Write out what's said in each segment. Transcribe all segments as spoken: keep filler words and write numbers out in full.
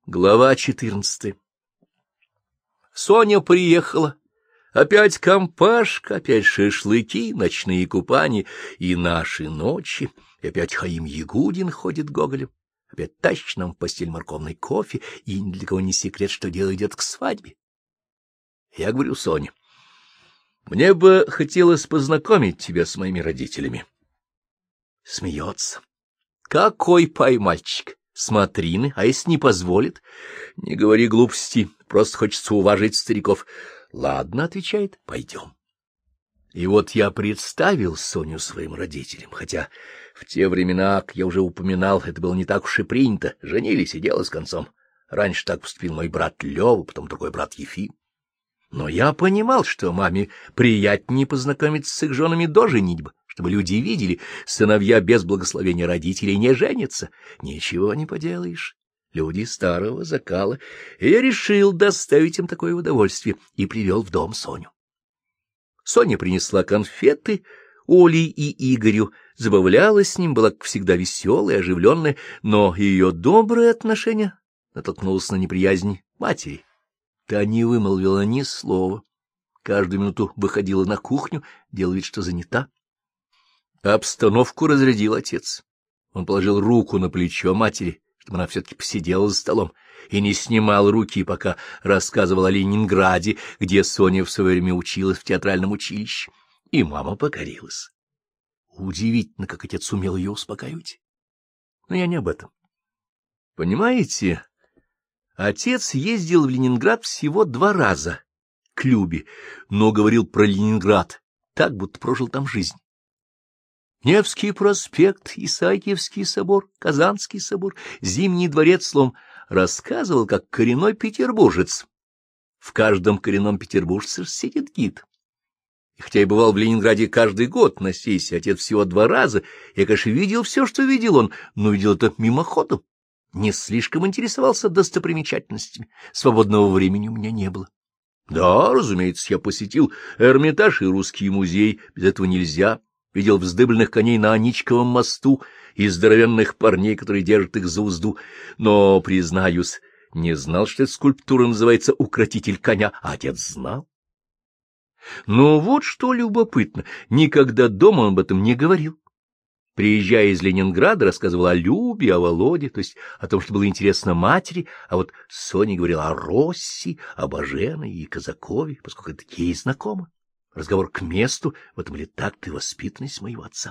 Глава четырнадцатая. Соня приехала. Опять компашка, опять шашлыки, ночные купания и наши ночи. И опять Хаим Ягудин ходит гоголем. Опять тащит нам в постель морковный кофе, и ни для кого не секрет, что дело идет к свадьбе. Я говорю Соне: мне бы хотелось познакомить тебя с моими родителями. Смеется. Какой пай-мальчик! Смотрины, а если не позволит? Не говори глупости, просто хочется уважить стариков. Ладно, отвечает, пойдем. И вот я представил Соню своим родителям, хотя в те времена, как я уже упоминал, это было не так уж и принято. Женились, и дело с концом. Раньше так поступил мой брат Лёва, потом другой брат Ефим. Но я понимал, что маме приятнее познакомиться с их женами до женитьбы, чтобы люди видели, сыновья без благословения родителей не женятся. Ничего не поделаешь, люди старого закала. И я решил доставить им такое удовольствие и привел в дом Соню. Соня принесла конфеты Оле и Игорю, забавлялась с ним, была, как всегда, веселая, оживленная, но ее доброе отношение натолкнулось на неприязнь матери. Та не вымолвила ни слова, каждую минуту выходила на кухню, делая вид, что занята. Обстановку разрядил отец. Он положил руку на плечо матери, чтобы она все-таки посидела за столом, и не снимал руки, пока рассказывал о Ленинграде, где Соня в свое время училась в театральном училище, и мама покорилась. Удивительно, как отец умел ее успокаивать. Но я не об этом. Понимаете, отец ездил в Ленинград всего два раза к Любе, но говорил про Ленинград так, будто прожил там жизнь. Невский проспект, Исаакиевский собор, Казанский собор, Зимний дворец, словом, рассказывал, как коренной петербуржец. В каждом коренном петербуржце сидит гид. И хотя я бывал в Ленинграде каждый год на сессии, отец всего два раза, я, конечно, видел все, что видел он, но видел это мимоходом. Не слишком интересовался достопримечательностями, свободного времени у меня не было. Да, разумеется, я посетил Эрмитаж и Русский музей, без этого нельзя. Видел вздыбленных коней на Аничковом мосту и здоровенных парней, которые держат их за узду, но, признаюсь, не знал, что эта скульптура называется «Укротитель коня», а отец знал. Но вот что любопытно, никогда дома он об этом не говорил. Приезжая из Ленинграда, рассказывал о Любе, о Володе, то есть о том, что было интересно матери, а вот Соня говорила о Росси, о Бажене и Казакове, поскольку это ей знакомо. Разговор к месту, в этом ли такт и воспитанность моего отца.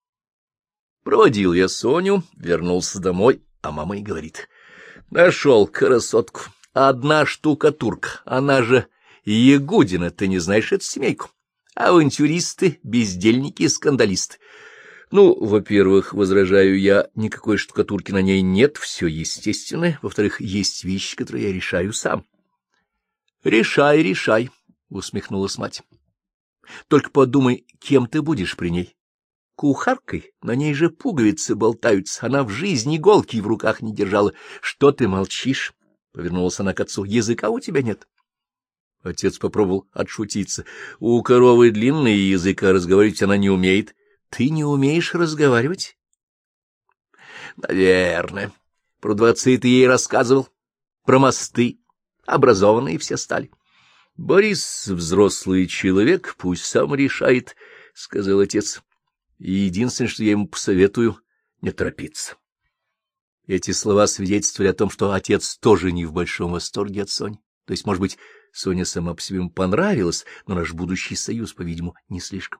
Проводил я Соню, вернулся домой, а мама и говорит: нашел красотку, одна штукатурка, она же Ягудина, ты не знаешь эту семейку? Авантюристы, бездельники, скандалисты. Ну, во-первых, возражаю я, никакой штукатурки на ней нет, все естественное. Во-вторых, есть вещи, которые я решаю сам. — Решай, решай, — усмехнулась мать. — Только подумай, кем ты будешь при ней. Кухаркой, на ней же пуговицы болтаются, она в жизни иголки в руках не держала. Что ты молчишь? — повернулась она к отцу. — Языка у тебя нет? Отец попробовал отшутиться. — У коровы длинный язык, а разговаривать она не умеет. — Ты не умеешь разговаривать? — Наверное. Про дворцы ты ей рассказывал, про мосты. Образованные все стали. — Борис взрослый человек, пусть сам решает, — сказал отец. И единственное, что я ему посоветую, — не торопиться. Эти слова свидетельствовали о том, что отец тоже не в большом восторге от Сони. То есть, может быть, Соня сама по себе ему понравилась, но наш будущий союз, по-видимому, не слишком.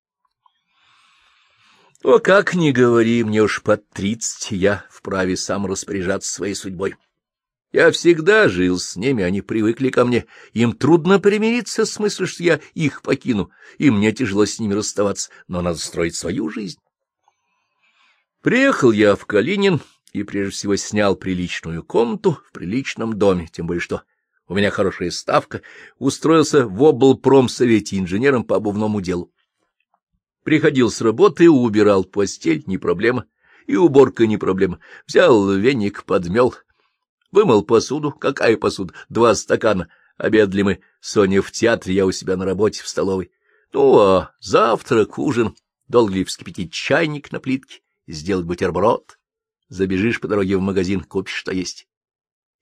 О, как ни говори, мне уж под тридцать, я вправе сам распоряжаться своей судьбой. Я всегда жил с ними, они привыкли ко мне. Им трудно примириться с мыслью, что я их покину, и мне тяжело с ними расставаться, но надо строить свою жизнь. Приехал я в Калинин и прежде всего снял приличную комнату в приличном доме, тем более что у меня хорошая ставка, устроился в облпромсовете инженером по обувному делу. Приходил с работы, убирал постель, не проблема, и уборка не проблема. Взял веник, подмел. Вымыл посуду. Какая посуда? Два стакана. Обедали мы, Соня в театре, я у себя на работе в столовой. Ну, а завтрак, ужин. Долго ли вскипятить чайник на плитке, сделать бутерброд? Забежишь по дороге в магазин, купишь, что есть.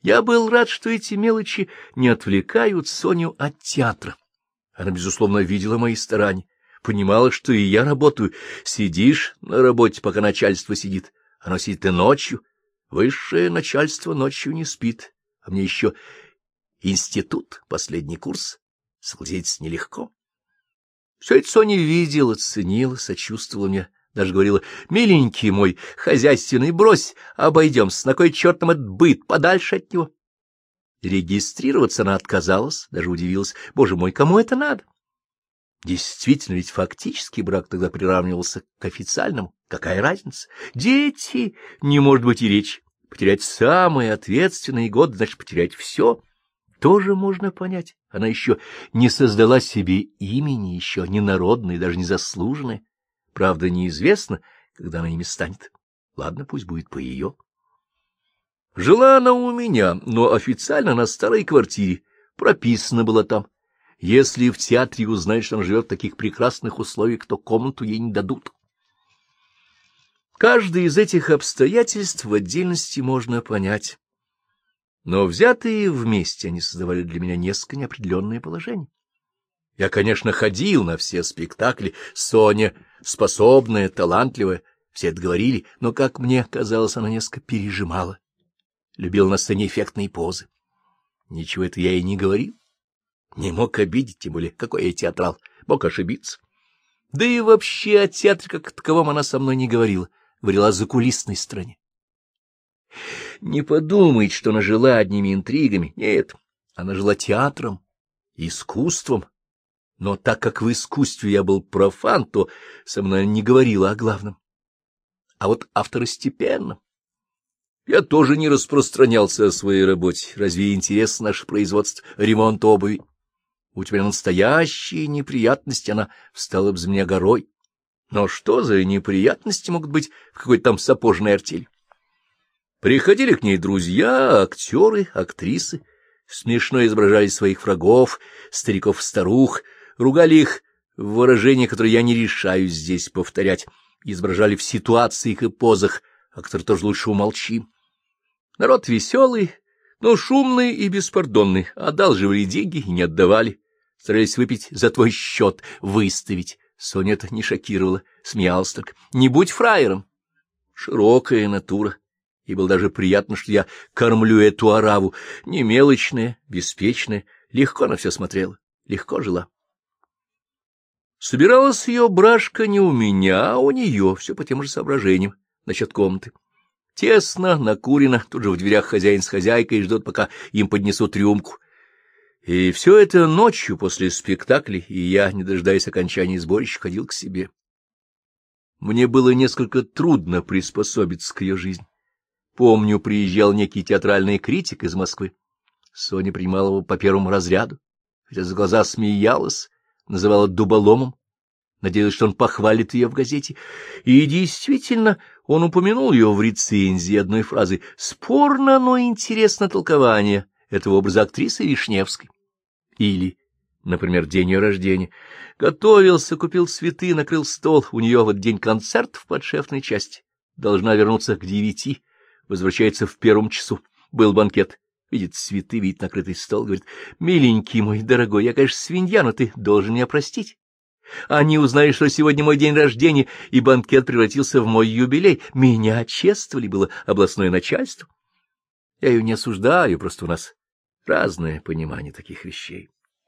Я был рад, что эти мелочи не отвлекают Соню от театра. Она, безусловно, видела мои старания, понимала, что и я работаю. Сидишь на работе, пока начальство сидит. Оно сидит и ночью. Высшее начальство ночью не спит. А мне еще институт, последний курс. Согласиться нелегко. Все это Соня видела, ценила, сочувствовала мне. Даже говорила: миленький мой, хозяйственный, брось, обойдемся, на кой черт нам этот быт, подальше от него. Регистрироваться она отказалась, даже удивилась: боже мой, кому это надо? Действительно, ведь фактически брак тогда приравнивался к официальному. Какая разница? Дети, не может быть и речи. Потерять самые ответственные годы, значит, потерять все. Тоже можно понять. Она еще не создала себе имени, еще не народное, даже не заслуженное. Правда, неизвестно, когда она ими станет. Ладно, пусть будет по ее. Жила она у меня, но официально на старой квартире. Прописана была там. Если в театре узнают, что она живет в таких прекрасных условиях, то комнату ей не дадут. Каждое из этих обстоятельств в отдельности можно понять. Но взятые вместе они создавали для меня несколько неопределенное положение. Я, конечно, ходил на все спектакли. Соня способная, талантливая, все это говорили, но, как мне казалось, она несколько пережимала. Любила на сцене эффектные позы. Ничего это я ей не говорил. Не мог обидеть, тем более, какой я театрал, мог ошибиться. Да и вообще о театре как таковом она со мной не говорила, говорила о закулисной стороне. Не подумайте, что она жила одними интригами. Нет, она жила театром, искусством. Но так как в искусстве я был профан, то со мной не говорила о главном. А вот о второстепенном. Я тоже не распространялся о своей работе. Разве интересно наше производство, ремонт обуви? У тебя настоящие неприятности, она встала бы за меня горой. Но что за неприятности могут быть в какой-то там сапожной артели? Приходили к ней друзья, актеры, актрисы, смешно изображали своих врагов, стариков-старух, ругали их в выражениях, которые я не решаюсь здесь повторять, изображали в ситуациях и позах, о которых тоже лучше умолчим. Народ веселый, но шумный и беспардонный, одалживали деньги и не отдавали, старались выпить за твой счет, выставить. Соня это не шокировала, смеялась только. Не будь фраером. Широкая натура. И было даже приятно, что я кормлю эту ораву. Не мелочная, беспечная, легко на все смотрела, легко жила. Собиралась ее брашка не у меня, а у нее, все по тем же соображениям насчет комнаты. Тесно, накурено, тут же в дверях хозяин с хозяйкой ждут, пока им поднесут рюмку. И все это ночью после спектакля, и я, не дожидаясь окончания сборища, ходил к себе. Мне было несколько трудно приспособиться к ее жизни. Помню, приезжал некий театральный критик из Москвы. Соня принимала его по первому разряду, хотя за глаза смеялась, называла дуболомом, надеялась, что он похвалит ее в газете. И действительно, он упомянул ее в рецензии одной фразой: «Спорно, но интересно толкование этого образа актрисы Вишневской». Или, например, день ее рождения. Готовился, купил цветы, накрыл стол. У нее в этот день концерт в подшефной части. Должна вернуться к девяти. Возвращается в первом часу. Был банкет. Видит цветы, видит накрытый стол. Говорит: «Миленький мой, дорогой, я, конечно, свинья, но ты должен меня простить. Они узнали, что сегодня мой день рождения, и банкет превратился в мой юбилей. Меня чествовали, было областное начальство». Я ее не осуждаю, просто у нас разное понимание таких вещей.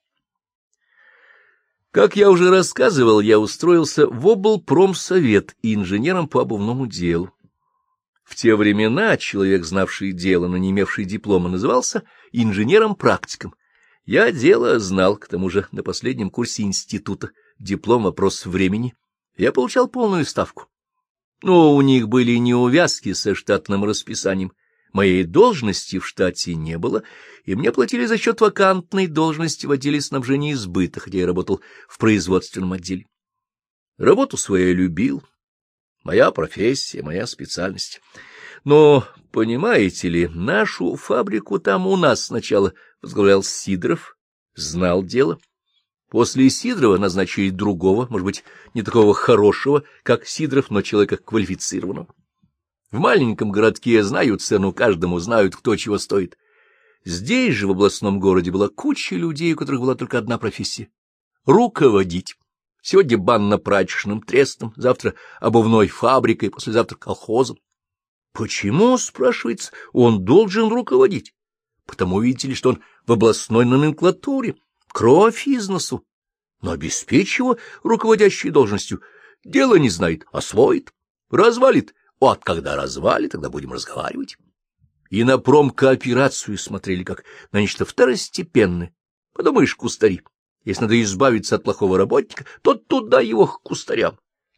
Как я уже рассказывал, я устроился в облпромсовет инженером по обувному делу. В те времена человек, знавший дело, но не имевший диплома, назывался инженером-практиком. Я дело знал, к тому же на последнем курсе института, диплом вопрос времени, я получал полную ставку. Но у них были неувязки со штатным расписанием. Моей должности в штате не было, и мне платили за счет вакантной должности в отделе снабжения и сбыта, хотя я работал в производственном отделе. Работу свою я любил. Моя профессия, моя специальность. Но, понимаете ли, нашу фабрику там у нас сначала возглавлял Сидоров, знал дело. После Сидорова назначили другого, может быть, не такого хорошего, как Сидоров, но человека квалифицированного. В маленьком городке знают цену каждому, знают, кто чего стоит. Здесь же, в областном городе, была куча людей, у которых была только одна профессия — руководить. Сегодня банно-прачечным трестом, завтра обувной фабрикой, послезавтра колхозом. Почему, спрашивается, он должен руководить? Потому, видите ли, что он в областной номенклатуре, кровь из носу. Но обеспечь его руководящей должностью дело не знает, освоит, развалит. Вот когда развалит, тогда будем разговаривать. И на промкооперацию смотрели, как на нечто второстепенное. Подумаешь, кустари. Если надо избавиться от плохого работника, то туда его к кустарям.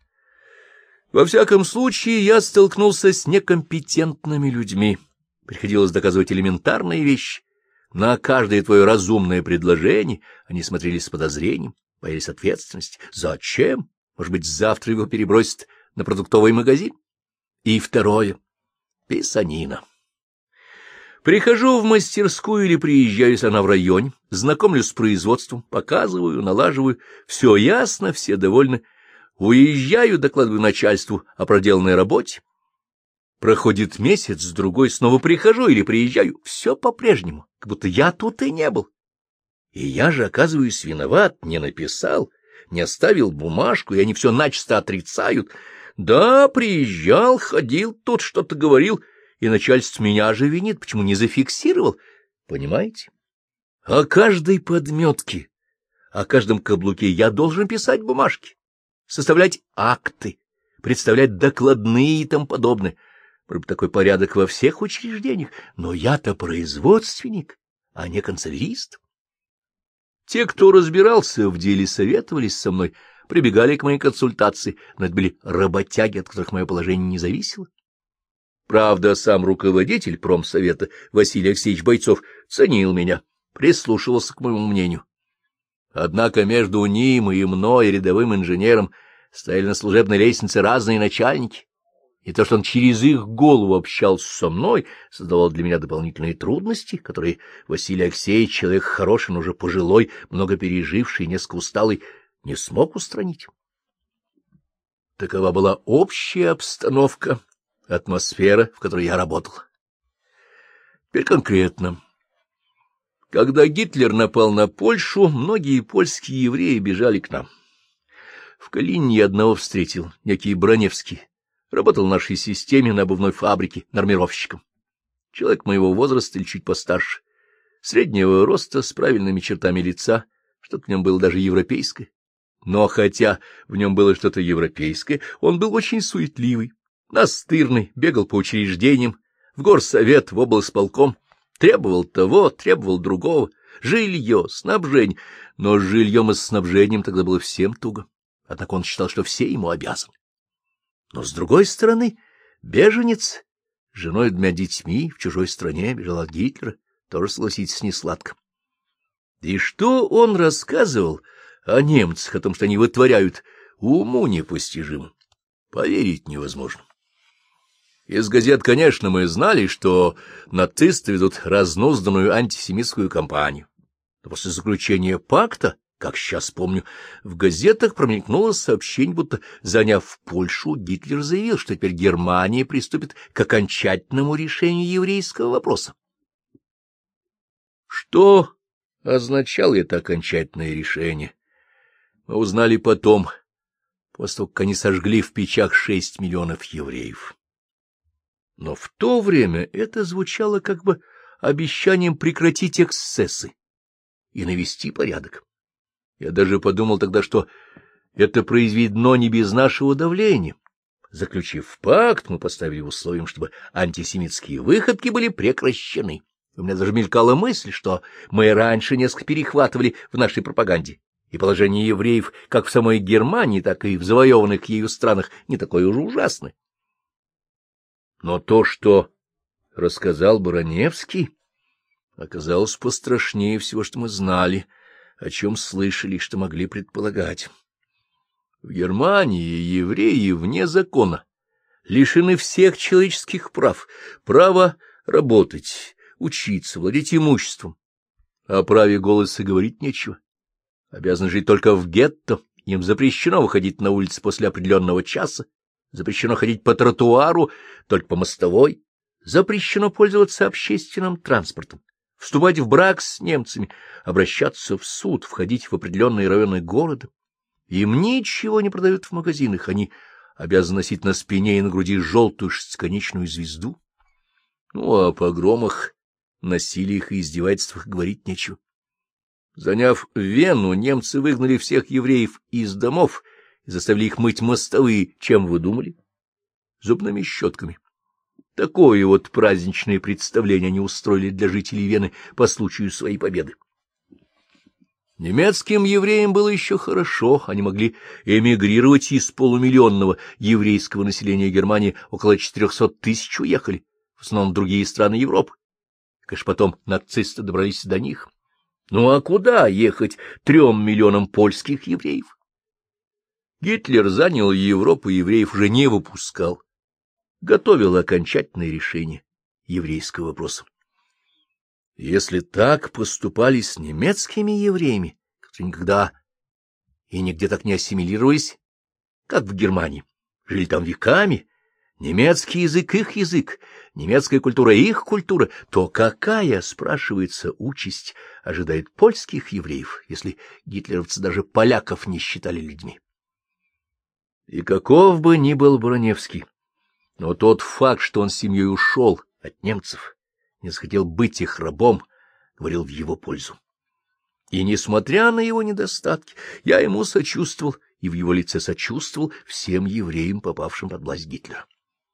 Во всяком случае, я столкнулся с некомпетентными людьми. Приходилось доказывать элементарные вещи. На каждое твое разумное предложение они смотрели с подозрением, боялись ответственности. Зачем? Может быть, завтра его перебросят на продуктовый магазин? И второе — писанина. Прихожу в мастерскую или приезжаю, если она в районе, знакомлюсь с производством, показываю, налаживаю. Все ясно, все довольны. Уезжаю, докладываю начальству о проделанной работе. Проходит месяц, другой, снова прихожу или приезжаю. Все по-прежнему, как будто я тут и не был. И я же, оказываюсь, виноват, не написал, не оставил бумажку, и они все начисто отрицают. Да, приезжал, ходил, тут что-то говорил, и начальство меня же винит, почему не зафиксировал. Понимаете? О каждой подметке, о каждом каблуке я должен писать бумажки, составлять акты, представлять докладные и тому подобное. Такой порядок во всех учреждениях, но я-то производственник, а не канцелярист. Те, кто разбирался в деле, советовались со мной, прибегали к моей консультации, но это были работяги, от которых мое положение не зависело. Правда, сам руководитель промсовета Василий Алексеевич Бойцов ценил меня, прислушивался к моему мнению. Однако между ним и мной, рядовым инженером, стояли на служебной лестнице разные начальники, и то, что он через их голову общался со мной, создавало для меня дополнительные трудности, которые Василий Алексеевич, человек хороший, но уже пожилой, много переживший, несколько усталый, не смог устранить. Такова была общая обстановка, атмосфера, в которой я работал. Теперь конкретно. Когда Гитлер напал на Польшу, многие польские евреи бежали к нам. В Калинине я одного встретил, некий Броневский. Работал в нашей системе на обувной фабрике нормировщиком. Человек моего возраста или чуть постарше, среднего роста, с правильными чертами лица, что-то в нем было даже европейское. Но хотя в нем было что-то европейское, он был очень суетливый, настырный, бегал по учреждениям, в горсовет, в облсполком, требовал того, требовал другого, жилье, снабжение. Но с жильем и с снабжением тогда было всем туго, однако он считал, что все ему обязаны. Но, с другой стороны, беженец, с женой и двумя детьми, в чужой стране, бежал от Гитлера, тоже, согласитесь, не сладко. И что он рассказывал о немцах, о том, что они вытворяют, уму непостижимо, поверить невозможно. Из газет, конечно, мы знали, что нацисты ведут разнузданную антисемитскую кампанию. Но после заключения пакта, как сейчас помню, в газетах промелькнуло сообщение, будто, заняв Польшу, Гитлер заявил, что теперь Германия приступит к окончательному решению еврейского вопроса. Что означало это окончательное решение, мы узнали потом, после того, как они сожгли в печах шесть миллионов евреев. Но в то время это звучало как бы обещанием прекратить эксцессы и навести порядок. Я даже подумал тогда, что это произведено не без нашего давления. Заключив пакт, мы поставили условием, чтобы антисемитские выходки были прекращены. У меня даже мелькала мысль, что мы раньше несколько перехватывали в нашей пропаганде, и положение евреев как в самой Германии, так и в завоеванных ею странах не такое уж ужасное. Но то, что рассказал Броневский, оказалось пострашнее всего, что мы знали, о чем слышали, что могли предполагать. В Германии евреи вне закона, лишены всех человеческих прав, права работать, учиться, владеть имуществом. О праве голоса говорить нечего. Обязаны жить только в гетто, им запрещено выходить на улицы после определенного часа, запрещено ходить по тротуару, только по мостовой, запрещено пользоваться общественным транспортом. В вступать в брак с немцами, обращаться в суд, входить в определенные районы города. Им ничего не продают в магазинах, они обязаны носить на спине и на груди желтую шестиконечную звезду. Ну, а о погромах, насилиях и издевательствах говорить нечего. Заняв Вену, немцы выгнали всех евреев из домов и заставили их мыть мостовые. Чем вы думали? Зубными щетками. Такое вот праздничное представление они устроили для жителей Вены по случаю своей победы. Немецким евреям было еще хорошо, они могли эмигрировать из полумиллионного еврейского населения Германии, около четырехсот тысяч уехали, в основном в другие страны Европы. Конечно, потом нацисты добрались до них. Ну а куда ехать трем миллионам польских евреев? Гитлер занял Европу, евреев уже не выпускал, готовил окончательное решение еврейского вопроса. Если так поступали с немецкими евреями, которые никогда и нигде так не ассимилировались, как в Германии, жили там веками, немецкий язык — их язык, немецкая культура — их культура, то какая, спрашивается, участь ожидает польских евреев, если гитлеровцы даже поляков не считали людьми? И каков бы ни был Броневский, но тот факт, что он с семьей ушел от немцев, не захотел быть их рабом, говорил в его пользу. И, несмотря на его недостатки, я ему сочувствовал, и в его лице сочувствовал всем евреям, попавшим под власть Гитлера.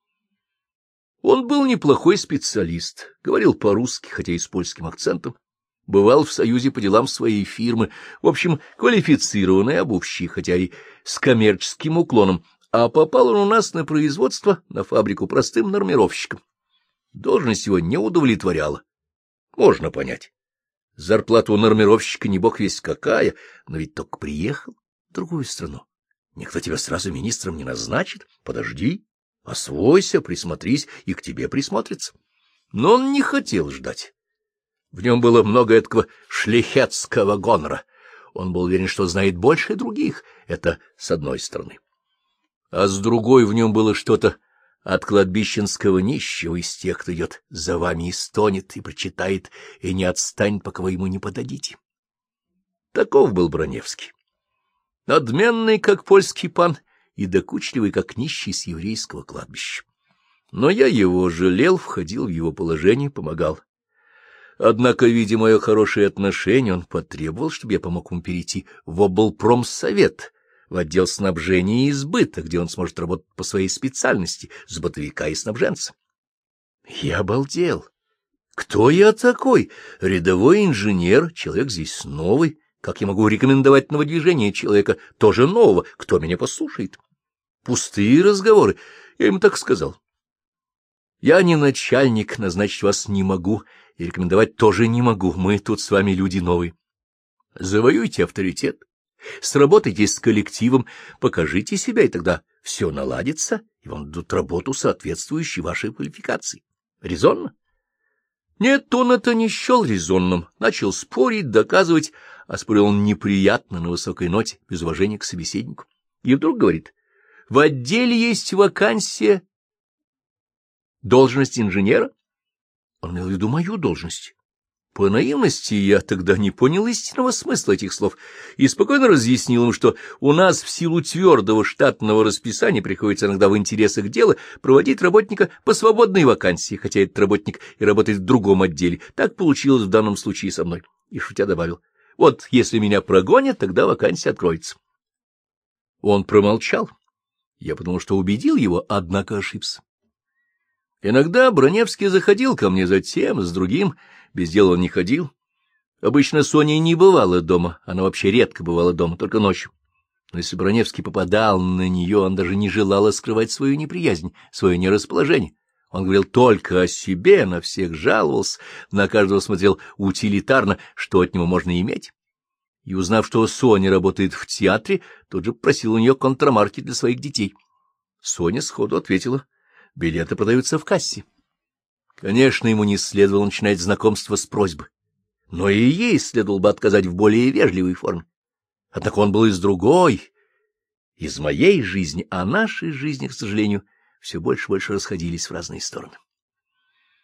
Он был неплохой специалист, говорил по-русски, хотя и с польским акцентом, бывал в Союзе по делам своей фирмы, в общем, квалифицированный обувщик, хотя и с коммерческим уклоном, а попал он у нас на производство, на фабрику простым нормировщиком. Должность его не удовлетворяла. Можно понять. Зарплата у нормировщика не бог весть какая, но ведь только приехал в другую страну. Никто тебя сразу министром не назначит. Подожди, освойся, присмотрись, и к тебе присмотрится. Но он не хотел ждать. В нем было много этого шляхетского гонора. Он был уверен, что знает больше других. Это с одной стороны. А с другой в нем было что-то от кладбищенского нищего, из тех, кто идет за вами и стонет, и прочитает, и не отстанет, пока вы ему не подадите. Таков был Броневский. Надменный, как польский пан, и докучливый, как нищий с еврейского кладбища. Но я его жалел, входил в его положение, помогал. Однако, видя мое хорошее отношение, он потребовал, чтобы я помог ему перейти в облпромсовет, в отдел снабжения и сбыта, где он сможет работать по своей специальности, с бытовика и снабженца. Я обалдел. Кто я такой? Рядовой инженер, человек здесь новый. Как я могу рекомендовать новодвижение человека, тоже нового? Кто меня послушает? Пустые разговоры. Я ему так сказал. Я не начальник, назначить вас не могу, и рекомендовать тоже не могу. Мы тут с вами люди новые. Завоюйте авторитет. Сработайтесь с коллективом, покажите себя, и тогда все наладится, и вам дадут работу, соответствующую вашей квалификации. Резонно? Нет, он это не счел резонным, начал спорить, доказывать, а спорил он неприятно, на высокой ноте, без уважения к собеседнику. И вдруг говорит: в отделе есть вакансия, должность инженера. Он имел в виду мою должность. По наивности я тогда не понял истинного смысла этих слов и спокойно разъяснил им, что у нас в силу твердого штатного расписания приходится иногда в интересах дела проводить работника по свободной вакансии, хотя этот работник и работает в другом отделе. Так получилось в данном случае со мной. И шутя добавил: вот если меня прогонят, тогда вакансия откроется. Он промолчал. Я подумал, что убедил его, однако ошибся. Иногда Броневский заходил ко мне за тем, с другим, без дела он не ходил. Обычно Соня не бывала дома, она вообще редко бывала дома, только ночью. Но если Броневский попадал на нее, он даже не желал скрывать свою неприязнь, свое нерасположение. Он говорил только о себе, на всех жаловался, на каждого смотрел утилитарно, что от него можно иметь. И, узнав, что Соня работает в театре, тут же просил у нее контрамарки для своих детей. Соня сходу ответила: билеты продаются в кассе. Конечно, ему не следовало начинать знакомство с просьбы, но и ей следовало бы отказать в более вежливой форме. Однако он был из другой, из моей жизни, а наши жизни, к сожалению, все больше и больше расходились в разные стороны.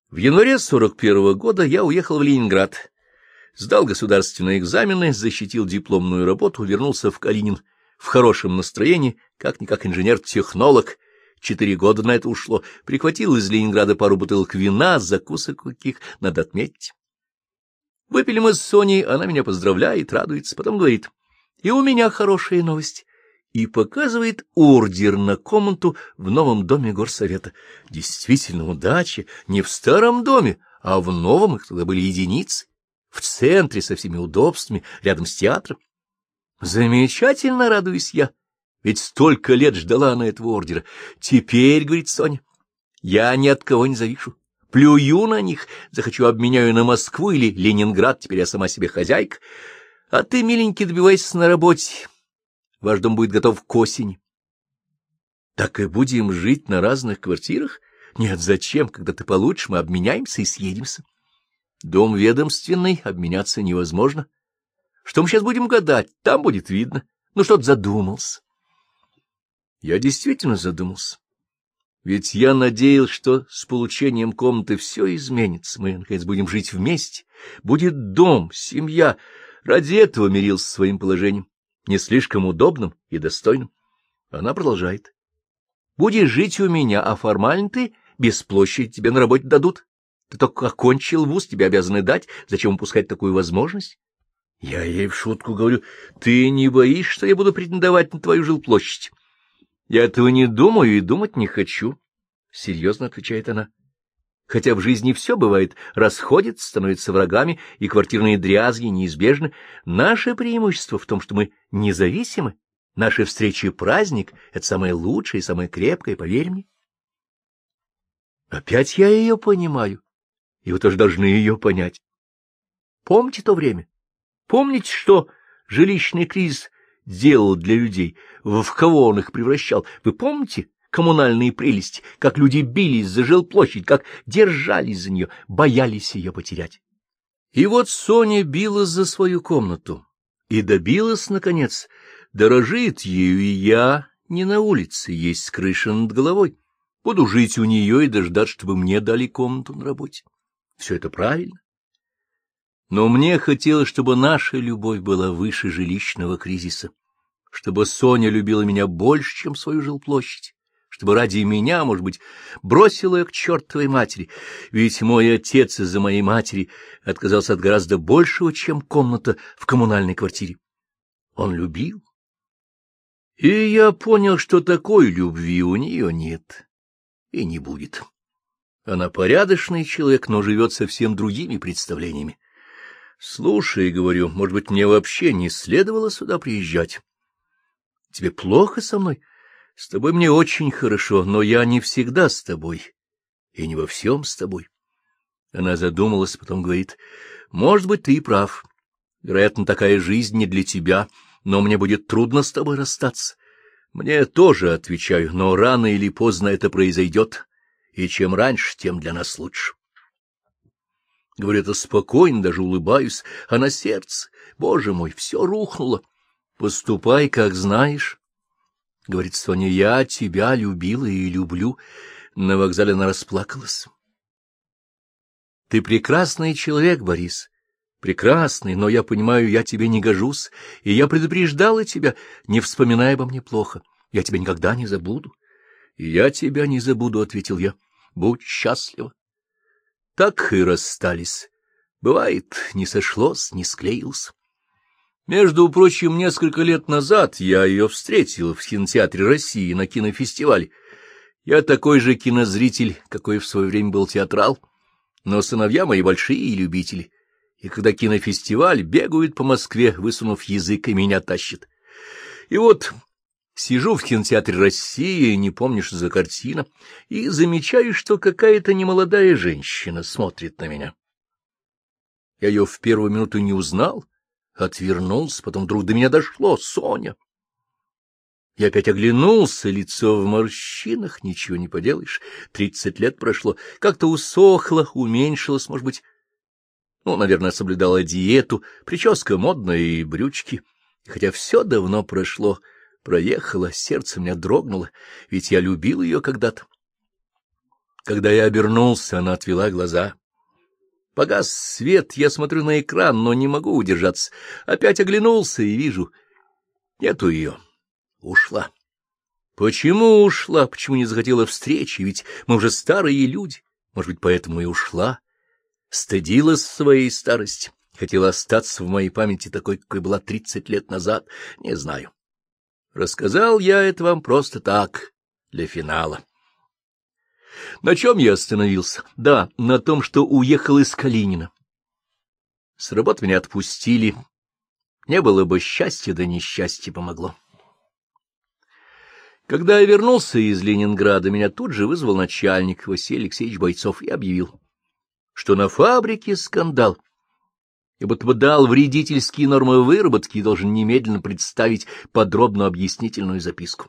В январе сорок первого года я уехал в Ленинград, сдал государственные экзамены, защитил дипломную работу, вернулся в Калинин в хорошем настроении, как-никак инженер-технолог. Четыре года на это ушло. Прихватил из Ленинграда пару бутылок вина, закусок каких, надо отметить. Выпили мы с Соней, она меня поздравляет, радуется, потом говорит: и у меня хорошая новость. И показывает ордер на комнату в новом доме горсовета. Действительно, удача, не в старом доме, а в новом, их тогда были единицы, в центре, со всеми удобствами, рядом с театром. Замечательно, радуюсь я, ведь столько лет ждала она этого ордера. Теперь, говорит Соня, я ни от кого не завишу. Плюю на них, захочу обменяю на Москву или Ленинград, теперь я сама себе хозяйка. А ты, миленький, добивайся на работе. Ваш дом будет готов к осени. Так и будем жить на разных квартирах? Нет, зачем? Когда ты получишь, мы обменяемся и съедемся. Дом ведомственный, обменяться невозможно. Что мы сейчас будем гадать? Там будет видно. Ну, что ты задумался? Я действительно задумался. Ведь я надеялся, что с получением комнаты все изменится. Мы, наконец, будем жить вместе. Будет дом, семья. Ради этого мирился со своим положением. Не слишком удобным и достойным. Она продолжает. Будешь жить у меня, а формально ты без площади тебе на работе дадут. Ты только окончил вуз, тебе обязаны дать. Зачем упускать такую возможность? Я ей в шутку говорю: ты не боишься, что я буду претендовать на твою жилплощадь? Я этого не думаю и думать не хочу. Серьезно отвечает она. Хотя в жизни все бывает, расходятся, становятся врагами, и квартирные дрязги неизбежны. Наше преимущество в том, что мы независимы. Наши встречи — праздник — это самое лучшее и самое крепкое, поверь мне. Опять я ее понимаю, и вы тоже должны ее понять. Помните то время? Помните, что жилищный кризис делал для людей, в кого он их превращал? Вы помните коммунальные прелести, как люди бились за жилплощадь, как держались за нее, боялись ее потерять? И вот Соня билась за свою комнату и добилась, наконец, дорожит ею, и я не на улице, есть крыша над головой. Буду жить у нее и дождаться, чтобы мне дали комнату на работе. Все это правильно. Но мне хотелось, чтобы наша любовь была выше жилищного кризиса, чтобы Соня любила меня больше, чем свою жилплощадь, чтобы ради меня, может быть, бросила ее к чертовой матери, ведь мой отец из-за моей матери отказался от гораздо большего, чем комната в коммунальной квартире. Он любил. И я понял, что такой любви у нее нет и не будет. Она порядочный человек, но живет совсем другими представлениями. Слушай, говорю, может быть, мне вообще не следовало сюда приезжать? Тебе плохо со мной? С тобой мне очень хорошо, но я не всегда с тобой и не во всем с тобой. Она задумалась, потом говорит: может быть, ты и прав. Вероятно, такая жизнь не для тебя, но мне будет трудно с тобой расстаться. Мне тоже, отвечаю, но рано или поздно это произойдет, и чем раньше, тем для нас лучше. Говорю это спокойно, даже улыбаюсь, а на сердце, боже мой, все рухнуло. Поступай, как знаешь. Говорит Соня: я тебя любила и люблю. На вокзале она расплакалась. Ты прекрасный человек, Борис, прекрасный, но я понимаю, я тебе не гожусь, и я предупреждала тебя, не вспоминай обо мне плохо. Я тебя никогда не забуду. И я тебя не забуду, — ответил я. Будь счастлива. Так и расстались. Бывает, не сошлось, не склеилось. Между прочим, несколько лет назад я ее встретил в кинотеатре России на кинофестивале. Я такой же кинозритель, какой в свое время был театрал, но сыновья мои большие любители. И когда кинофестиваль, бегают по Москве, высунув язык, и меня тащат. И вот сижу в кинотеатре России, не помню, что за картина, и замечаю, что какая-то немолодая женщина смотрит на меня. Я ее в первую минуту не узнал, отвернулся, потом вдруг до меня дошло: Соня. Я опять оглянулся, лицо в морщинах, ничего не поделаешь, тридцать лет прошло, как-то усохло, уменьшилось, может быть. Ну, наверное, соблюдала диету, прическа модная и брючки. И хотя все давно прошло, проехало, сердце у меня дрогнуло, ведь я любил ее когда-то. Когда я обернулся, она отвела глаза. Погас свет, я смотрю на экран, но не могу удержаться. Опять оглянулся и вижу, нету ее. Ушла. Почему ушла? Почему не захотела встречи? Ведь мы уже старые люди. Может быть, поэтому и ушла. Стыдилась своей старости. Хотела остаться в моей памяти такой, какой была тридцать лет назад. Не знаю. Рассказал я это вам просто так, для финала. На чем я остановился? Да, на том, что уехал из Калинина. С работы меня отпустили. Не было бы счастья, да несчастье помогло. Когда я вернулся из Ленинграда, меня тут же вызвал начальник Василий Алексеевич Бойцов и объявил, что на фабрике скандал. И будто бы дал вредительские нормы выработки и должен немедленно представить подробную объяснительную записку.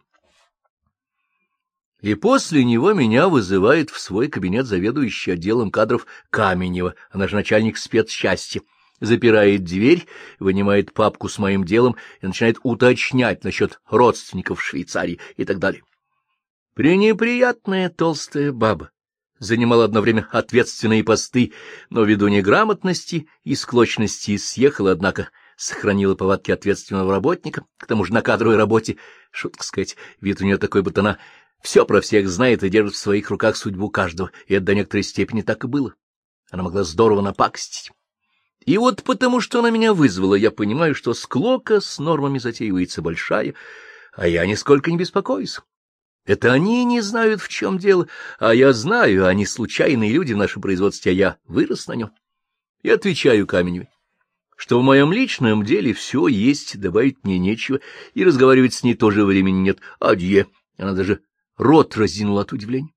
И после него меня вызывает в свой кабинет заведующий отделом кадров Каменева, она же начальник спецчасти, запирает дверь, вынимает папку с моим делом и начинает уточнять насчет родственников в Швейцарии и так далее. Пренеприятная толстая баба. Занимала одно время ответственные посты, но ввиду неграмотности и склочности съехала, однако сохранила повадки ответственного работника, к тому же на кадровой работе, шутка сказать, вид у нее такой, будто она все про всех знает и держит в своих руках судьбу каждого, и это до некоторой степени так и было. Она могла здорово напакостить. И вот потому, что она меня вызвала, я понимаю, что склока с нормами затеивается большая, а я нисколько не беспокоюсь. Это они не знают, в чем дело, а я знаю, они случайные люди в нашем производстве, а я вырос на нем. И отвечаю Каменевой, что в моем личном деле все есть, добавить мне нечего, и разговаривать с ней тоже времени нет. Адье. Она даже рот разинула от удивления.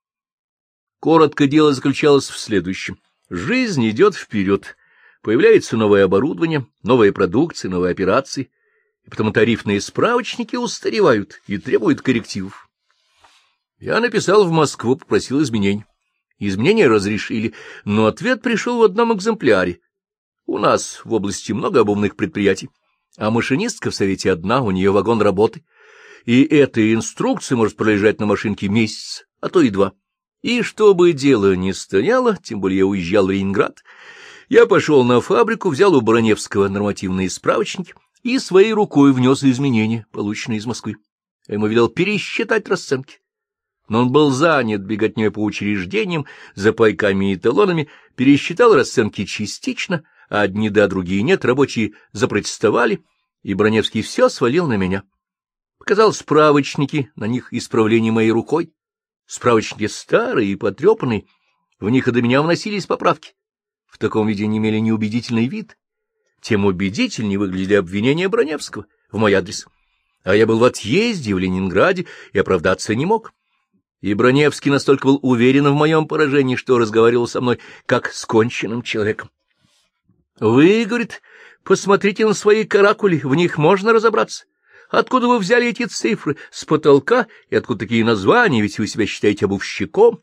Коротко дело заключалось в следующем. Жизнь идет вперед. Появляется новое оборудование, новая продукция, новые операции, и потому тарифные справочники устаревают и требуют коррективов. Я написал в Москву, попросил изменений. Изменения разрешили, но ответ пришел в одном экземпляре. У нас в области много обувных предприятий, а машинистка в совете одна, у нее вагон работы. И эта инструкция может пролежать на машинке месяц, а то и два. И чтобы дело не стояло, тем более я уезжал в Ленинград, я пошел на фабрику, взял у Броневского нормативные справочники и своей рукой внес изменения, полученные из Москвы. Я ему велел пересчитать расценки. Но он был занят беготней по учреждениям, за пайками и талонами, пересчитал расценки частично, а одни да, другие нет, рабочие запротестовали, и Броневский все свалил на меня. Показал справочники, на них исправление моей рукой. Справочники старые и потрепанные, в них и до меня вносились поправки. В таком виде не имели неубедительный вид. Тем убедительнее выглядели обвинения Броневского в мой адрес. А я был в отъезде в Ленинграде и оправдаться не мог. И Броневский настолько был уверен в моем поражении, что разговаривал со мной как с конченным человеком. — Вы, — говорит, — посмотрите на свои каракули, в них можно разобраться. Откуда вы взяли эти цифры? С потолка? И откуда такие названия? Ведь вы себя считаете обувщиком.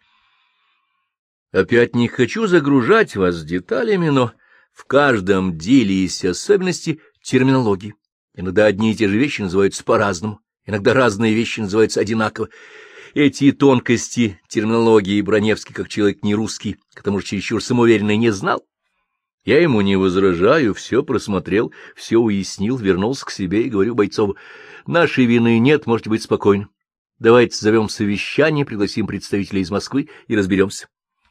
Опять не хочу загружать вас деталями, но в каждом деле есть особенности терминологии. Иногда одни и те же вещи называются по-разному, иногда разные вещи называются одинаково. Эти тонкости терминологии Броневский, как человек не русский, к тому же чересчур самоуверенный, не знал. Я ему не возражаю, все просмотрел, все уяснил, вернулся к себе и говорю Бойцову: нашей вины нет, можете быть спокойны. Давайте зовем совещание, пригласим представителей из Москвы и разберемся.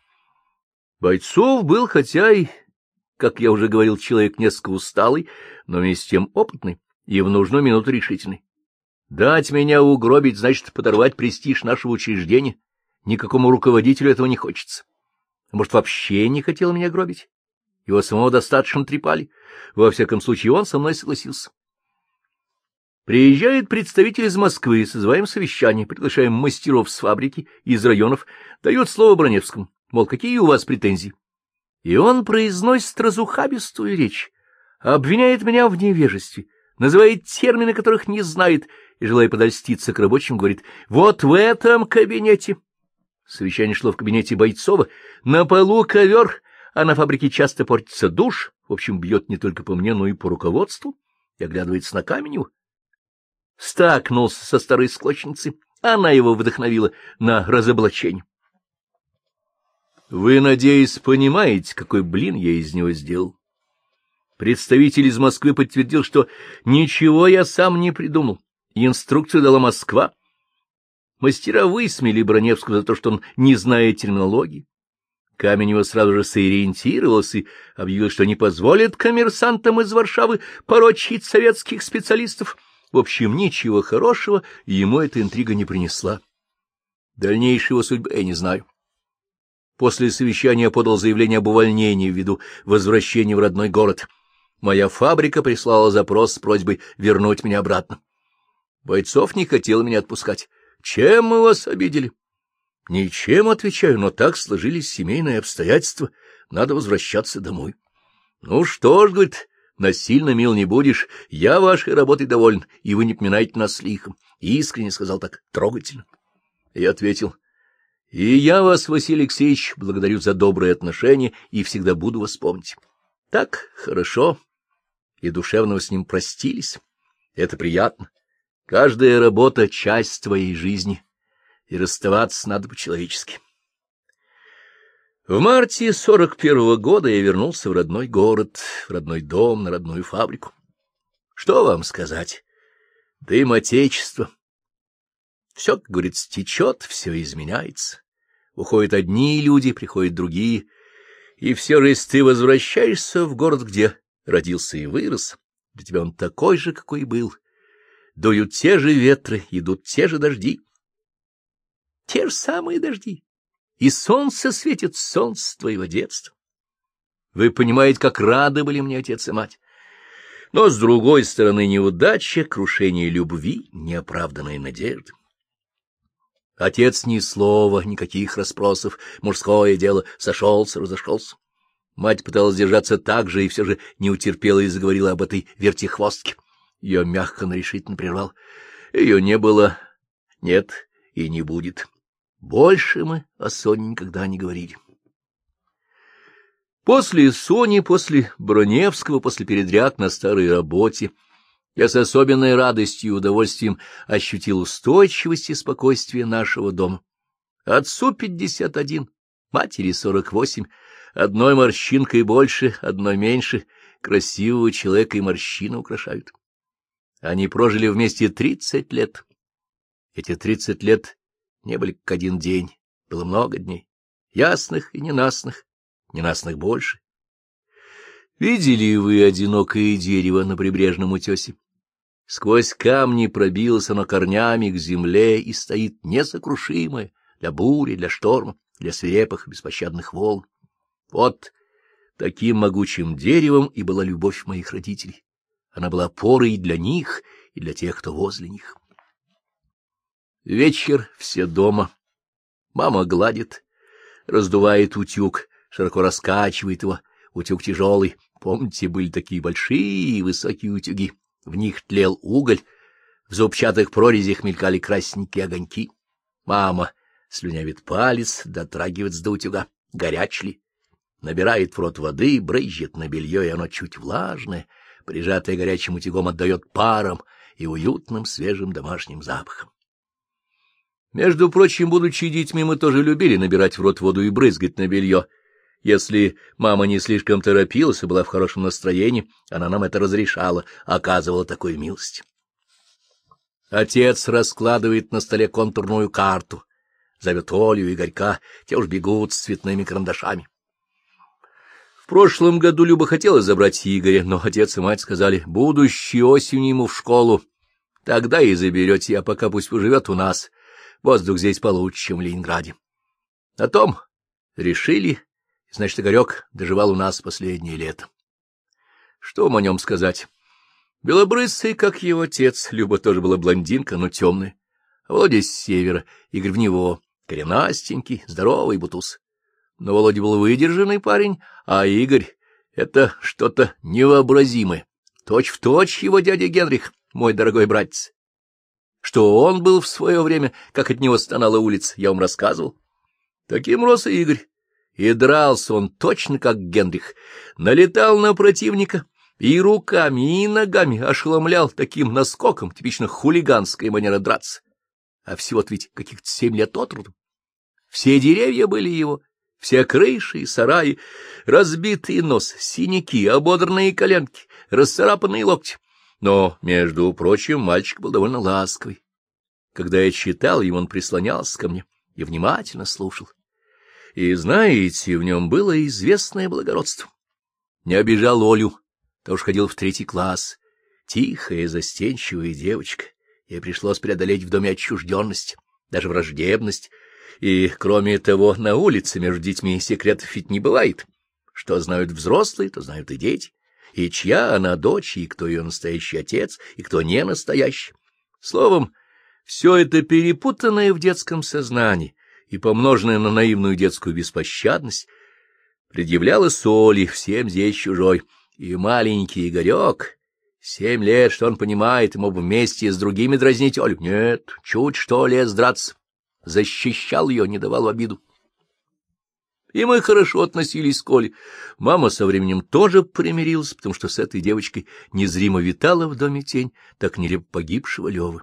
Бойцов был, хотя и, как я уже говорил, человек несколько усталый, но вместе с тем опытный и в нужную минуту решительный. Дать меня угробить, значит, подорвать престиж нашего учреждения. Никакому руководителю этого не хочется. Может, вообще не хотел меня гробить? Его самого достаточно трепали. Во всяком случае, он со мной согласился. Приезжает представитель из Москвы, созываем совещание, приглашаем мастеров с фабрики, из районов, дает слово Броневскому, мол, какие у вас претензии. И он произносит разухабистую речь, обвиняет меня в невежестве, называет термины, которых не знает, и, желая подольститься к рабочим, говорит: вот в этом кабинете. Совещание шло в кабинете Бойцова, на полу ковер, а на фабрике часто портится душ, в общем, бьет не только по мне, но и по руководству, и оглядывается на Каменеву. Стакнулся со старой склочницей, она его вдохновила на разоблачение. Вы, надеюсь, понимаете, какой блин я из него сделал. Представитель из Москвы подтвердил, что ничего я сам не придумал. Инструкцию дала Москва. Мастера высмеяли Броневского за то, что он не знает терминологии. Каменева сразу же сориентировался и объявил, что не позволит коммерсантам из Варшавы порочить советских специалистов. В общем, ничего хорошего ему эта интрига не принесла. Дальнейшей его судьбы я не знаю. После совещания подал заявление об увольнении ввиду возвращения в родной город. Моя фабрика прислала запрос с просьбой вернуть меня обратно. Бойцов не хотел меня отпускать. Чем мы вас обидели? Ничем, отвечаю, но так сложились семейные обстоятельства. Надо возвращаться домой. Ну что ж, говорит, насильно мил не будешь. Я вашей работой доволен, и вы не поминаете нас лихом. Искренне сказал так, трогательно. Я ответил: и я вас, Василий Алексеевич, благодарю за добрые отношения и всегда буду вас помнить. Так хорошо, и душевно с ним простились. Это приятно. Каждая работа — часть твоей жизни, и расставаться надо по-человечески. В марте сорок первого года я вернулся в родной город, в родной дом, на родную фабрику. Что вам сказать? Дым отечества. Все, как говорится, течет, все изменяется. Уходят одни люди, приходят другие. И все же, если ты возвращаешься в город, где родился и вырос, для тебя он такой же, какой и был. Дуют те же ветры, идут те же дожди. Те же самые дожди. И солнце светит, солнце твоего детства. Вы понимаете, как рады были мне отец и мать. Но, с другой стороны, неудача, крушение любви, неоправданные надежды. Отец ни слова, никаких расспросов, мужское дело, сошелся, разошелся. Мать пыталась держаться так же и все же не утерпела и заговорила об этой вертихвостке. Ее мягко, но решительно прервал. Ее не было, нет и не будет. Больше мы о Соне никогда не говорили. После Сони, после Броневского, после передряг на старой работе я с особенной радостью и удовольствием ощутил устойчивость и спокойствие нашего дома. Отцу пятьдесят один, матери сорок восемь, одной морщинкой больше, одной меньше, красивого человека и морщины украшают. Они прожили вместе тридцать лет. Эти тридцать лет не были как один день, было много дней, ясных и ненастных, ненастных больше. Видели вы одинокое дерево на прибрежном утесе? Сквозь камни пробилось оно корнями к земле и стоит несокрушимое для бури, для шторма, для свирепых беспощадных волн. Вот таким могучим деревом и была любовь моих родителей. Она была опорой и для них, и для тех, кто возле них. Вечер, все дома. Мама гладит, раздувает утюг, широко раскачивает его. Утюг тяжелый. Помните, были такие большие и высокие утюги. В них тлел уголь, в зубчатых прорезях мелькали красненькие огоньки. Мама слюнявит палец, дотрагивается до утюга. Горяч ли? Набирает в рот воды, брызжет на белье, и оно чуть влажное, прижатое горячим утюгом, отдает паром и уютным свежим домашним запахом. Между прочим, будучи детьми, мы тоже любили набирать в рот воду и брызгать на белье. Если мама не слишком торопилась и была в хорошем настроении, она нам это разрешала, оказывала такую милость. Отец раскладывает на столе контурную карту, зовет Олю и Игорька, те уж бегут с цветными карандашами. В прошлом году Люба хотела забрать Игоря, но отец и мать сказали, будущей осенью ему в школу, тогда и заберете, а пока пусть поживет у нас, воздух здесь получше, чем в Ленинграде. О том решили. Значит, Игорек доживал у нас последнее лето. Что вам о нем сказать? Белобрысый, как его отец, Люба тоже была блондинка, но темная. А Володя с севера, Игорь в него, коренастенький, здоровый бутуз. Но Володя был выдержанный парень, а Игорь — это что-то невообразимое. Точь в точь его дядя Генрих, мой дорогой братец. Что он был в свое время, как от него стонала улица, я вам рассказывал. Таким рос и Игорь. И дрался он точно как Генрих, налетал на противника и руками, и ногами ошеломлял таким наскоком, типично хулиганская манера драться. А всего-то ведь каких-то семь лет от роду. Все деревья были его, Все крыши и сараи, разбитый нос, синяки, ободранные коленки, расцарапанные локти. Но, между прочим, мальчик был довольно ласковый. Когда я читал ему, он прислонялся ко мне и внимательно слушал. И, знаете, в нем было известное благородство. Не обижал Олю, то уж ходил в третий класс. Тихая, застенчивая девочка. Ей пришлось преодолеть в доме отчужденность, даже враждебность. И, кроме того, на улице между детьми секретов ведь не бывает. Что знают взрослые, то знают и дети. И чья она дочь, и кто ее настоящий отец, и кто не настоящий. Словом, все это перепутанное в детском сознании и помноженное на наивную детскую беспощадность предъявлялось Оле, всем здесь чужой. И маленький Игорек, семь лет, что он понимает, ему бы вместе с другими дразнить Олю. Нет, чуть что лез драться. Защищал ее, не давал в обиду. И мы хорошо относились к Оле. Мама со временем тоже примирилась, потому что с этой девочкой незримо витала в доме тень так нелепо погибшего Левы.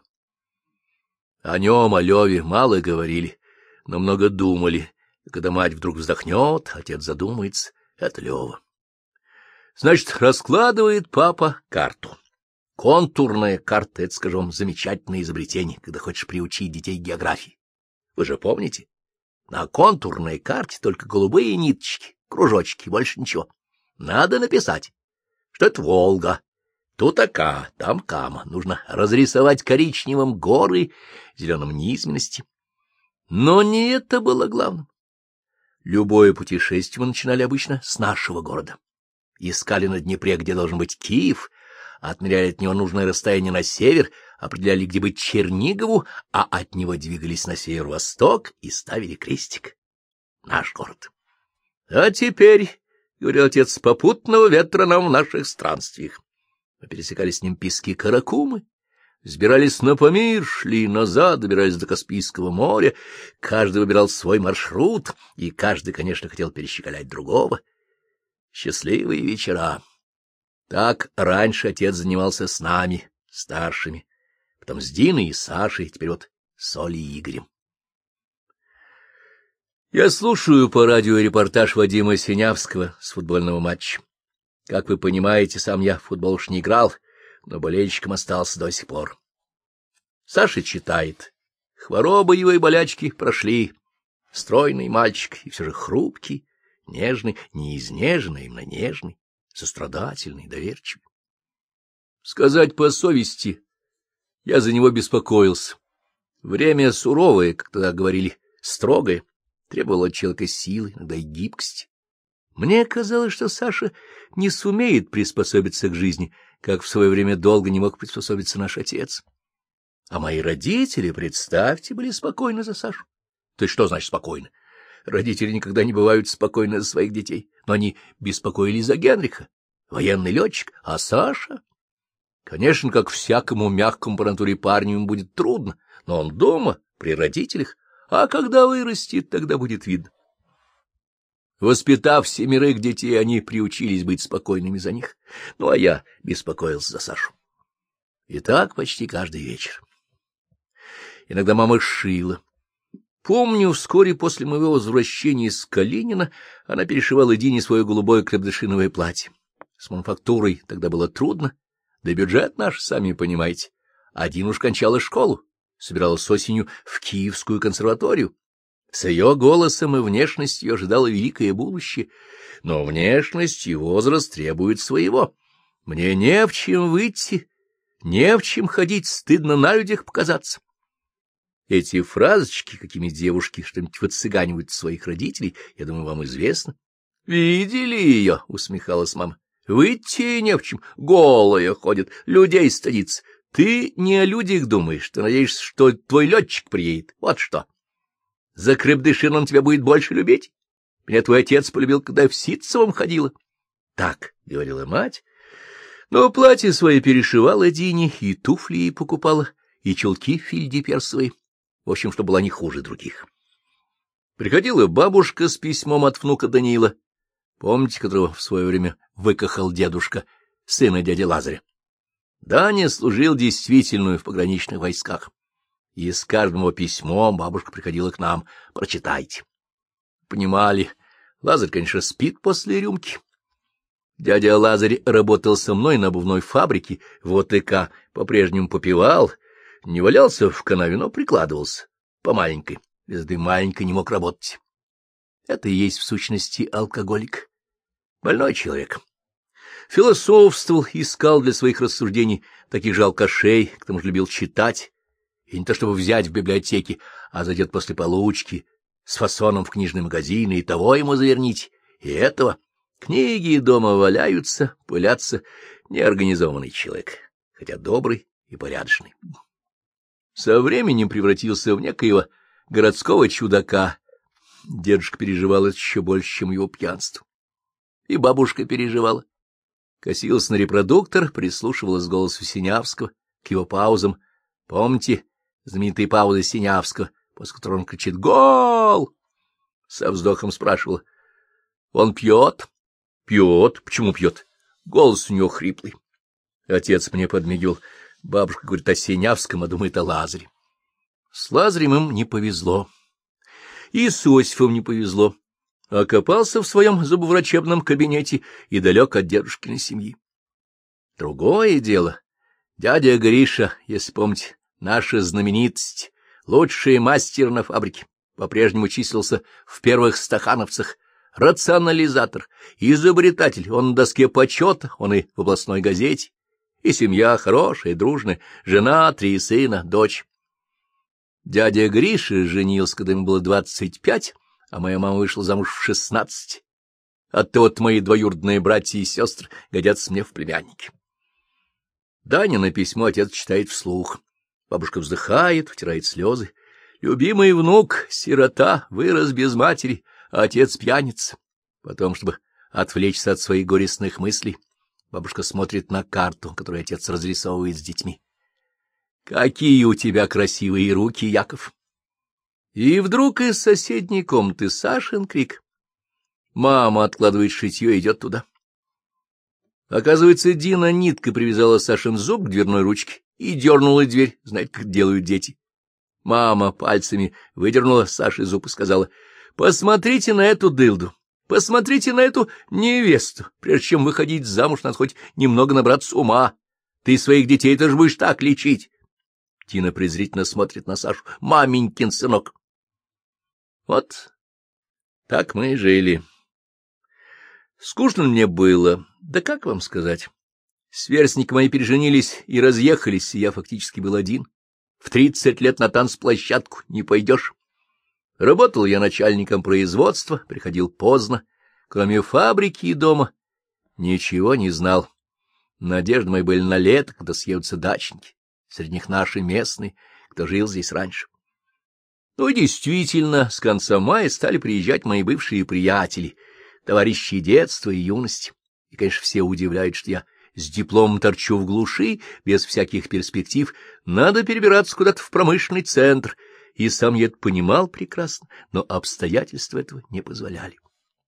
О нем, о Леве, мало говорили, но много думали. И когда мать вдруг вздохнет, отец задумается — это Лева. Значит, раскладывает папа карту. Контурная карта — это, скажем вам, замечательное изобретение, когда хочешь приучить детей к географии. Вы же помните? На контурной карте только голубые ниточки, кружочки, больше ничего. Надо написать, что это Волга. Тут Ака, там Кама. Нужно разрисовать коричневым горы, зеленым низменности. Но не это было главным. Любое путешествие мы начинали обычно с нашего города. Искали на Днепре, где должен быть Киев, отмеряли от него нужное расстояние на север, определяли, где быть Чернигову, а от него двигались на северо-восток и ставили крестик. Наш город. — А теперь, — говорил отец, — попутного ветра нам в наших странствиях. Мы пересекали с ним пески Каракумы, взбирались на Памир, шли назад, добирались до Каспийского моря. Каждый выбирал свой маршрут, и каждый, конечно, хотел перещеголять другого. Счастливые вечера. Так раньше отец занимался с нами, старшими, потом с Диной и Сашей, теперь вот с Олей и Игорем. Я слушаю по радио репортаж Вадима Синявского с футбольного матча. Как вы понимаете, сам я в футбол уж не играл, но болельщиком остался до сих пор. Саша читает. Хворобы его и болячки прошли. Стройный мальчик и все же хрупкий, нежный, не изнеженный, а именно нежный, сострадательный, доверчивый. Сказать по совести, я за него беспокоился. Время суровое, как тогда говорили, строгое, требовало от человека силы, иногда и гибкости. Мне казалось, что Саша не сумеет приспособиться к жизни, как в свое время долго не мог приспособиться наш отец. А мои родители, представьте, были спокойны за Сашу. То есть что значит спокойны? Родители никогда не бывают спокойны за своих детей, но они беспокоились за Генриха, военный летчик, а Саша... Конечно, как всякому мягкому по натуре парню ему будет трудно, но он дома, при родителях, а когда вырастет, тогда будет видно. Воспитав семерых детей, они приучились быть спокойными за них, ну, а я беспокоился за Сашу. И так почти каждый вечер. Иногда мама шила. Помню, вскоре после моего возвращения из Калинина она перешивала Дине свое голубое крепдышиновое платье. С мануфактурой тогда было трудно, да и бюджет наш, сами понимаете. А Дина уж кончала школу, собиралась осенью в Киевскую консерваторию. С ее голосом и внешностью ожидало великое будущее, но внешность и возраст требуют своего. Мне не в чем выйти, не в чем ходить, стыдно на людях показаться. Эти фразочки, какими девушки что-нибудь выцыганивают своих родителей, я думаю, вам известно. — Видели ее? — усмехалась мама. — Выйти не в чем, голая ходит, людей стыдится. Ты не о людях думаешь, ты надеешься, что твой летчик приедет. Вот что. За крепдышин он тебя будет больше любить. Меня твой отец полюбил, когда я в Ситцевом ходила. Так, — говорила мать, но платье свои перешивала Дине, и туфли ей покупала, и чулки Фильди персовые. В общем, что была не хуже других. Приходила бабушка с письмом от внука Даниила, помните, которого в свое время выкахал дедушка, сына дяди Лазаря. Даня служил действительную в пограничных войсках. И с каждым его письмом бабушка приходила к нам: прочитайте. Понимали, Лазарь, конечно, спит после рюмки. Дядя Лазарь работал со мной на обувной фабрике в ОТК, по-прежнему попивал, не валялся в канаве, но прикладывался по маленькой. Без этой маленькой не мог работать. Это и есть в сущности алкоголик. Больной человек. Философствовал, искал для своих рассуждений таких же алкашей, к тому же любил читать, и не то чтобы взять в библиотеке, а зайдет после получки с фасоном в книжный магазин, и того ему завернить, и этого. Книги дома валяются, пылятся, неорганизованный человек, хотя добрый и порядочный. Со временем превратился в некоего городского чудака. Дедушка переживал это еще больше, чем его пьянство. И бабушка переживала. Косилась на репродуктор, прислушивалась к голосу Синявского, к его паузам. Помните знаменитые паузы Синявского, после которой он кричит «Гол!» Со вздохом спрашивала. Он пьет? Пьет. Почему пьет? Голос у него хриплый. Отец мне подмигивал. Бабушка говорит о Синявском, а думает о Лазаре. С Лазарем им не повезло. И с Иосифом не повезло. Окопался в своем зубоврачебном кабинете и далек от дедушкиной семьи. Другое дело. Дядя Гриша, если помните, наша знаменитость, лучший мастер на фабрике, по-прежнему числился в первых стахановцах, рационализатор, изобретатель, он на доске почета, он и в областной газете, и семья хорошая, дружная, жена, три сына, дочь. Дядя Гриша женился, когда ему было двадцать пять, а моя мама вышла замуж в шестнадцать. Оттого-то мои двоюродные братья и сестры годятся мне в племянники. Данина письмо отец читает вслух. Бабушка вздыхает, втирает слезы. Любимый внук, сирота, вырос без матери, а отец пьяница. Потом, чтобы отвлечься от своих горестных мыслей, бабушка смотрит на карту, которую отец разрисовывает с детьми. «Какие у тебя красивые руки, Яков!» И вдруг из соседней комнаты Сашин крик. Мама откладывает шитье и идет туда. Оказывается, Дина ниткой привязала Сашин зуб к дверной ручке и дернула дверь, знаете, как делают дети. Мама пальцами выдернула Саше зуб и сказала: «Посмотрите на эту дылду, посмотрите на эту невесту. Прежде чем выходить замуж, надо хоть немного набраться ума. Ты своих детей тоже будешь так лечить». Дина презрительно смотрит на Сашу. «Маменькин сынок». Вот так мы и жили. Скучно мне было, да как вам сказать. Сверстники мои переженились и разъехались, и я фактически был один. В тридцать лет на танцплощадку не пойдешь. Работал я начальником производства, приходил поздно, кроме фабрики и дома. Ничего не знал. Надежды мои были на лето, когда съедутся дачники, среди них наши местные, кто жил здесь раньше. Ну и действительно, с конца мая стали приезжать мои бывшие приятели, товарищи детства и юности. И, конечно, все удивляют, что я с дипломом торчу в глуши, без всяких перспектив, надо перебираться куда-то в промышленный центр. И сам я это понимал прекрасно, но обстоятельства этого не позволяли.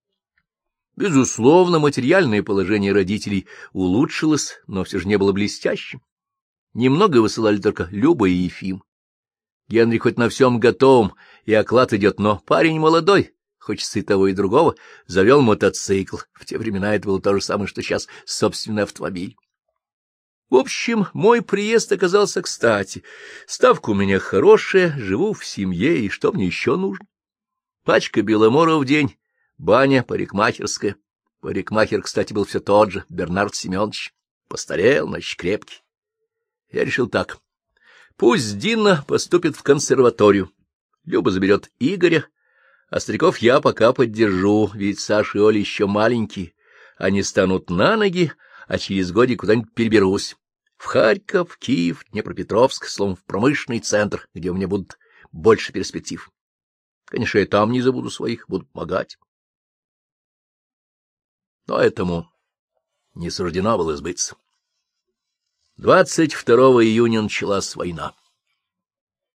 Безусловно, материальное положение родителей улучшилось, но все же не было блестящим. Немного высылали только Люба и Ефим. Генри хоть на всем готовом, и оклад идет, но парень молодой, хочется и того, и другого, завел мотоцикл. В те времена это было то же самое, что сейчас собственный автомобиль. В общем, мой приезд оказался кстати. Ставка у меня хорошая, живу в семье, и что мне еще нужно? Пачка беломора в день, баня парикмахерская. Парикмахер, кстати, был все тот же, Бернард Семенович. Постарел, значит, крепкий. Я решил так. Пусть Дина поступит в консерваторию. Люба заберет Игоря, а стариков я пока поддержу, ведь Саша и Оля еще маленькие. Они станут на ноги, а через годик куда-нибудь переберусь. В Харьков, Киев, Днепропетровск, словом, в промышленный центр, где у меня будут больше перспектив. Конечно, я там не забуду своих, буду помогать. Но этому не суждено было сбыться. двадцать второго июня началась война.